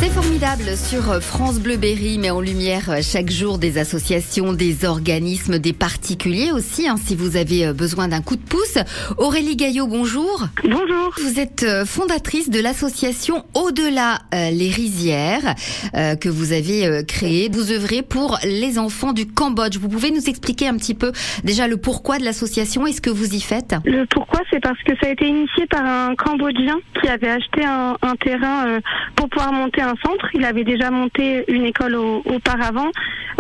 Journée formidable sur France Bleu Berry met en lumière chaque jour des associations, des organismes, des particuliers aussi, si vous avez besoin d'un coup de pouce. Aurélie Gaillot, bonjour. Bonjour. Vous êtes fondatrice de l'association Au-delà les rizières que vous avez créée. Vous œuvrez pour les enfants du Cambodge. Vous pouvez nous expliquer un petit peu déjà le pourquoi de l'association et ce que vous y faites? Le pourquoi, c'est parce que ça a été initié par un Cambodgien qui avait acheté un terrain pour pouvoir monter un centre. Il avait déjà monté une école auparavant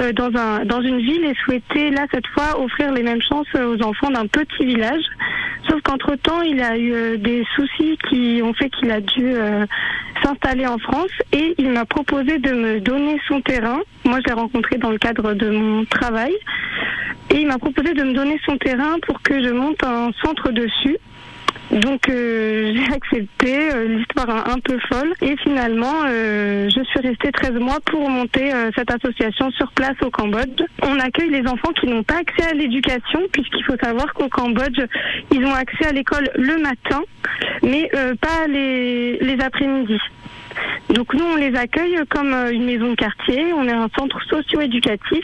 dans une ville et souhaitait là cette fois offrir les mêmes chances aux enfants d'un petit village. Sauf qu'entre-temps, il a eu des soucis qui ont fait qu'il a dû s'installer en France et il m'a proposé de me donner son terrain. Moi, je l'ai rencontré dans le cadre de mon travail et il m'a proposé de me donner son terrain pour que je monte un centre dessus. Donc j'ai accepté, l'histoire un peu folle et finalement je suis restée 13 mois pour monter cette association sur place au Cambodge. On accueille les enfants qui n'ont pas accès à l'éducation puisqu'il faut savoir qu'au Cambodge ils ont accès à l'école le matin mais pas les après-midi. Donc nous on les accueille comme une maison de quartier, on est un centre socio-éducatif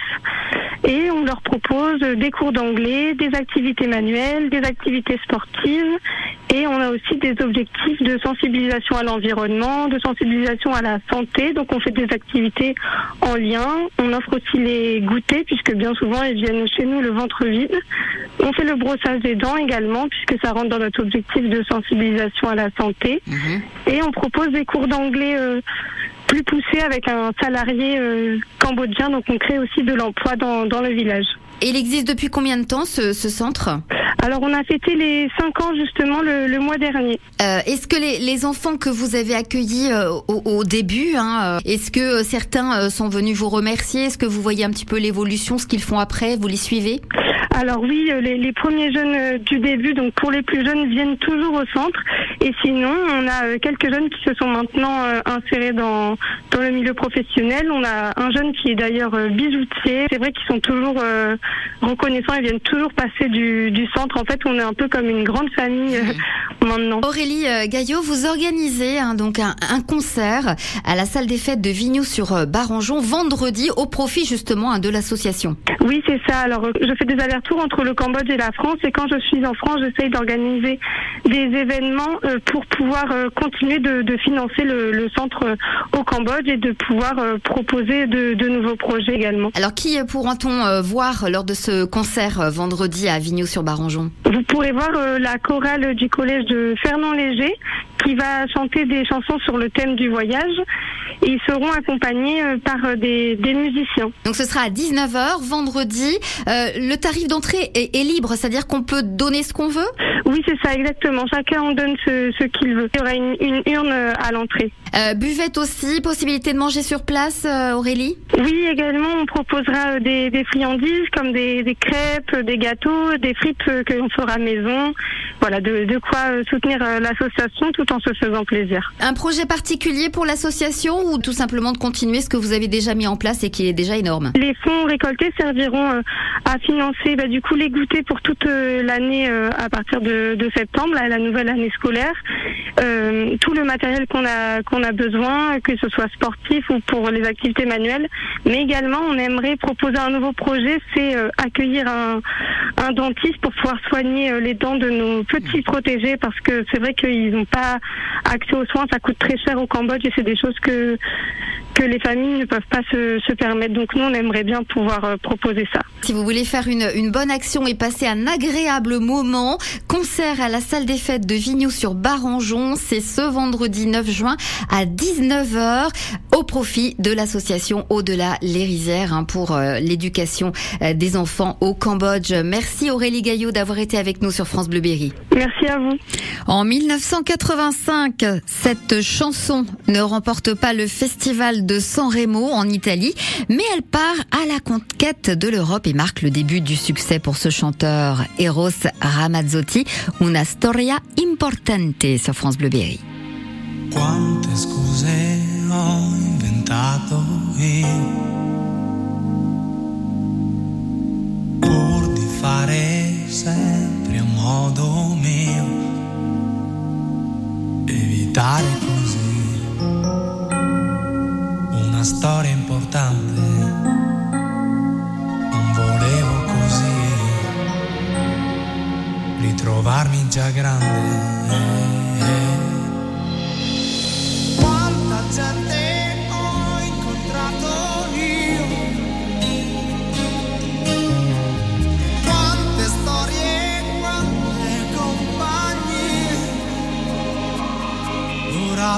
et on leur propose des cours d'anglais, des activités manuelles, des activités sportives et on a aussi des objectifs de sensibilisation à l'environnement, de sensibilisation à la santé. Donc on fait des activités en lien, on offre aussi les goûters puisque bien souvent ils viennent chez nous le ventre vide. On fait le brossage des dents également puisque ça rentre dans notre objectif de sensibilisation à la santé. Et on propose des cours d'anglais plus poussés avec un salarié cambodgien. Donc on crée aussi de l'emploi dans le village. Et il existe depuis combien de temps ce centre? Alors on a fêté les 5 ans justement le mois dernier. Est-ce que les enfants que vous avez accueillis au début, est-ce que certains sont venus vous remercier? Est-ce que vous voyez un petit peu l'évolution, ce qu'ils font après? Vous les suivez? Alors oui, les premiers jeunes du début, donc pour les plus jeunes, viennent toujours au centre. Et sinon, on a quelques jeunes qui se sont maintenant insérés dans le milieu professionnel. On a un jeune qui est d'ailleurs bijoutier. C'est vrai qu'ils sont toujours reconnaissants, ils viennent toujours passer du centre. En fait, on est un peu comme une grande famille maintenant. Aurélie Gaillot, vous organisez donc un concert à la salle des fêtes de Vignoux-sur-Barangeon vendredi au profit justement de l'association. Oui, c'est ça. Alors, je fais des allers-retours entre le Cambodge et la France et quand je suis en France, j'essaye d'organiser des événements pour pouvoir continuer de financer le centre au Cambodge et de pouvoir proposer de nouveaux projets également. Alors, qui pourra-t-on voir lors de ce concert vendredi à Vignoux-sur-Barangeon? Vous pourrez voir la chorale du collège de Fernand Léger qui va chanter des chansons sur le thème du voyage. Et ils seront accompagnés par des musiciens. Donc ce sera à 19h vendredi. Le tarif d'entrée est libre, c'est-à-dire qu'on peut donner ce qu'on veut? Oui, c'est ça, exactement. Chacun en donne ce qu'il veut. Il y aura une urne à l'entrée. Buvette aussi, possibilité de manger sur place, Aurélie? Oui, également, on proposera des friandises comme des crêpes, des gâteaux, des frites que l'on fera maison. Voilà, de quoi soutenir l'association tout en se faisant plaisir. Un projet particulier pour l'association ou tout simplement de continuer ce que vous avez déjà mis en place et qui est déjà énorme? Les fonds récoltés serviront à financer du coup les goûters pour toute l'année à partir de septembre, la nouvelle année scolaire. Tout le matériel qu'on a besoin, que ce soit sportif ou pour les activités manuelles. Mais également, on aimerait proposer un nouveau projet, c'est accueillir un dentiste pour pouvoir soigner les dents de nos petits protégés parce que c'est vrai qu'ils n'ont pas accès aux soins, ça coûte très cher au Cambodge et c'est des choses que les familles ne peuvent pas se permettre. Donc nous, on aimerait bien pouvoir proposer ça. Si vous voulez faire une bonne action et passer un agréable moment, concert à la salle des fêtes de Vignoux-sur-Barangeon, c'est ce vendredi 9 juin à 19h au profit de l'association Au-delà les rizières pour l'éducation des enfants au Cambodge. Merci Aurélie Gaillot d'avoir été avec nous sur France Bleu Berry. Merci à vous. En 1985, cette chanson ne remporte pas le festival de San Remo en Italie, mais elle part à la conquête de l'Europe et marque le début du succès pour ce chanteur Eros Ramazzotti, Una storia importante sur France Bleu Berry. Quante scuse ho inventato io pur di fare sempre a modo mio, evitare così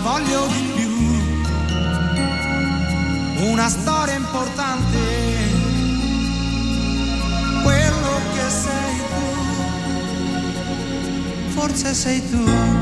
voglio di più. Una storia importante, quello che sei tu, forse sei tu.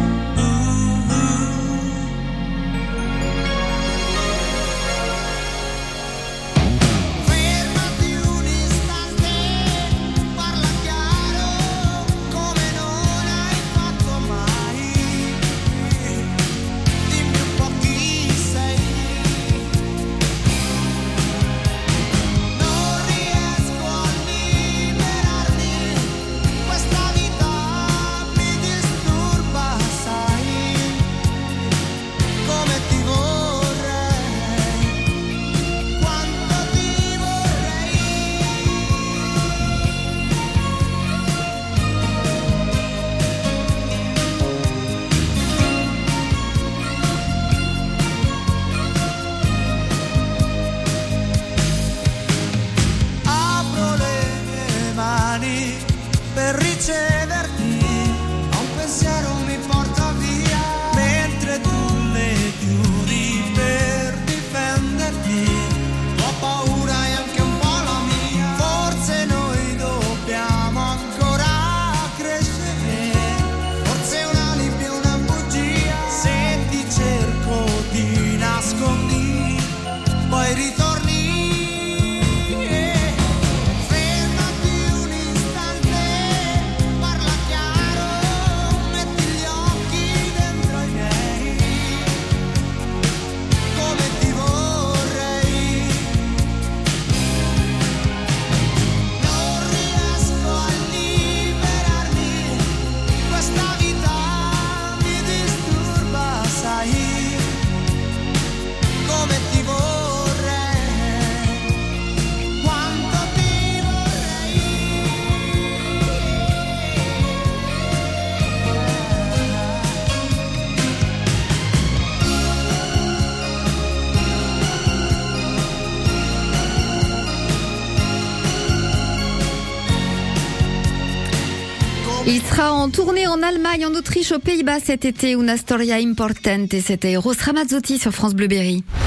Per riceverti, a un pensiero mi porta via, mentre tu le chiudi per difenderti. Ho paura e anche un po' la mia, forse noi dobbiamo ancora crescere, forse un alibi, una bugia, se ti cerco ti nascondi, poi ritorni. Il sera en tournée en Allemagne, en Autriche, aux Pays-Bas cet été. Una storia importante. C'était Eros Ramazzotti sur France Bleu Berry.